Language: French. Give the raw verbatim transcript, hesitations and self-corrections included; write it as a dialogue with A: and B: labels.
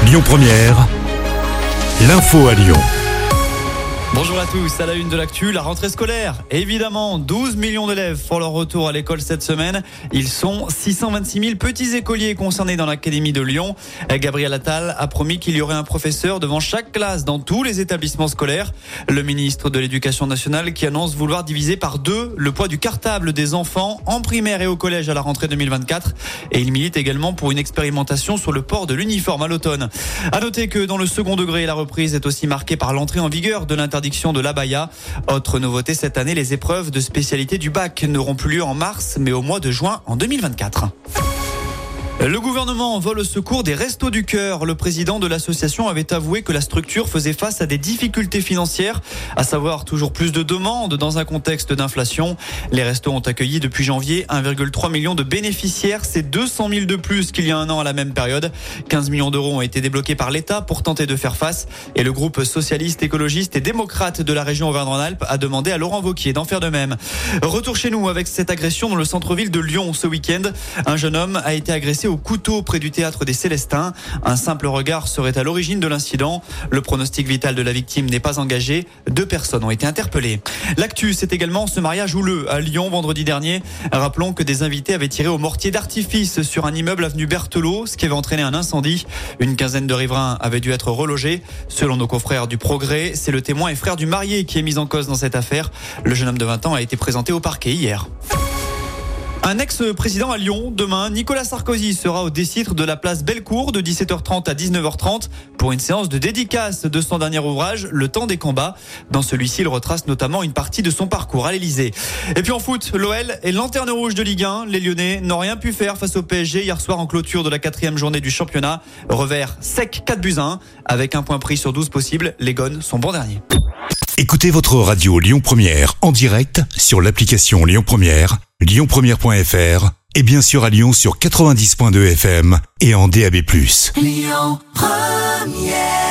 A: Lyon Première, l'info à Lyon.
B: Bonjour à tous, à la une de l'actu, la rentrée scolaire. Évidemment, douze millions d'élèves pour leur retour à l'école cette semaine. Ils sont six cent vingt-six mille petits écoliers concernés dans l'académie de Lyon. Gabriel Attal a promis qu'il y aurait un professeur devant chaque classe dans tous les établissements scolaires. Le ministre de l'Éducation nationale qui annonce vouloir diviser par deux le poids du cartable des enfants en primaire et au collège à la rentrée deux mille vingt-quatre. Et il milite également pour une expérimentation sur le port de l'uniforme à l'automne. À noter que dans le second degré, la reprise est aussi marquée par l'entrée en vigueur de l'interdiction de l'abaya. Autre nouveauté cette année, les épreuves de spécialité du bac n'auront plus lieu en mars, mais au mois de juin en deux mille vingt-quatre. Le gouvernement vole au secours des Restos du Cœur. Le président de l'association avait avoué que la structure faisait face à des difficultés financières, à savoir toujours plus de demandes dans un contexte d'inflation. Les restos ont accueilli depuis janvier un virgule trois million de bénéficiaires. C'est deux cent mille de plus qu'il y a un an à la même période. quinze millions d'euros ont été débloqués par l'État pour tenter de faire face. Et le groupe socialiste, écologiste et démocrate de la région Auvergne-Rhône-Alpes a demandé à Laurent Wauquiez d'en faire de même. Retour chez nous avec cette agression dans le centre-ville de Lyon ce week-end. Un jeune homme a été agressé au couteau près du théâtre des Célestins. Un simple regard serait à l'origine de l'incident. Le pronostic vital de la victime n'est pas engagé. Deux personnes ont été interpellées. L'actu, c'est également ce mariage houleux à Lyon vendredi dernier. Rappelons que des invités avaient tiré au mortier d'artifice sur un immeuble avenue Berthelot, ce qui avait entraîné un incendie. Une quinzaine de riverains avaient dû être relogés. Selon nos confrères du Progrès, c'est le témoin et frère du marié qui est mis en cause dans cette affaire. Le jeune homme de vingt ans a été présenté au parquet hier. Un ex-président à Lyon. Demain, Nicolas Sarkozy sera au décitre de la place Bellecour de dix-sept heures trente à dix-neuf heures trente pour une séance de dédicace de son dernier ouvrage, Le temps des combats. Dans celui-ci, il retrace notamment une partie de son parcours à l'Elysée. Et puis en foot, l'O L est lanterne rouge de Ligue un. Les Lyonnais n'ont rien pu faire face au P S G hier soir en clôture de la quatrième journée du championnat. Revers sec quatre buts à un. Avec un point pris sur douze possibles, les Gones sont bons derniers.
A: Écoutez votre radio Lyon Première en direct sur l'application Lyon Première, lyon première point f r et bien sûr à Lyon sur quatre-vingt-dix point deux F M et en D A B plus.
C: Lyon Première.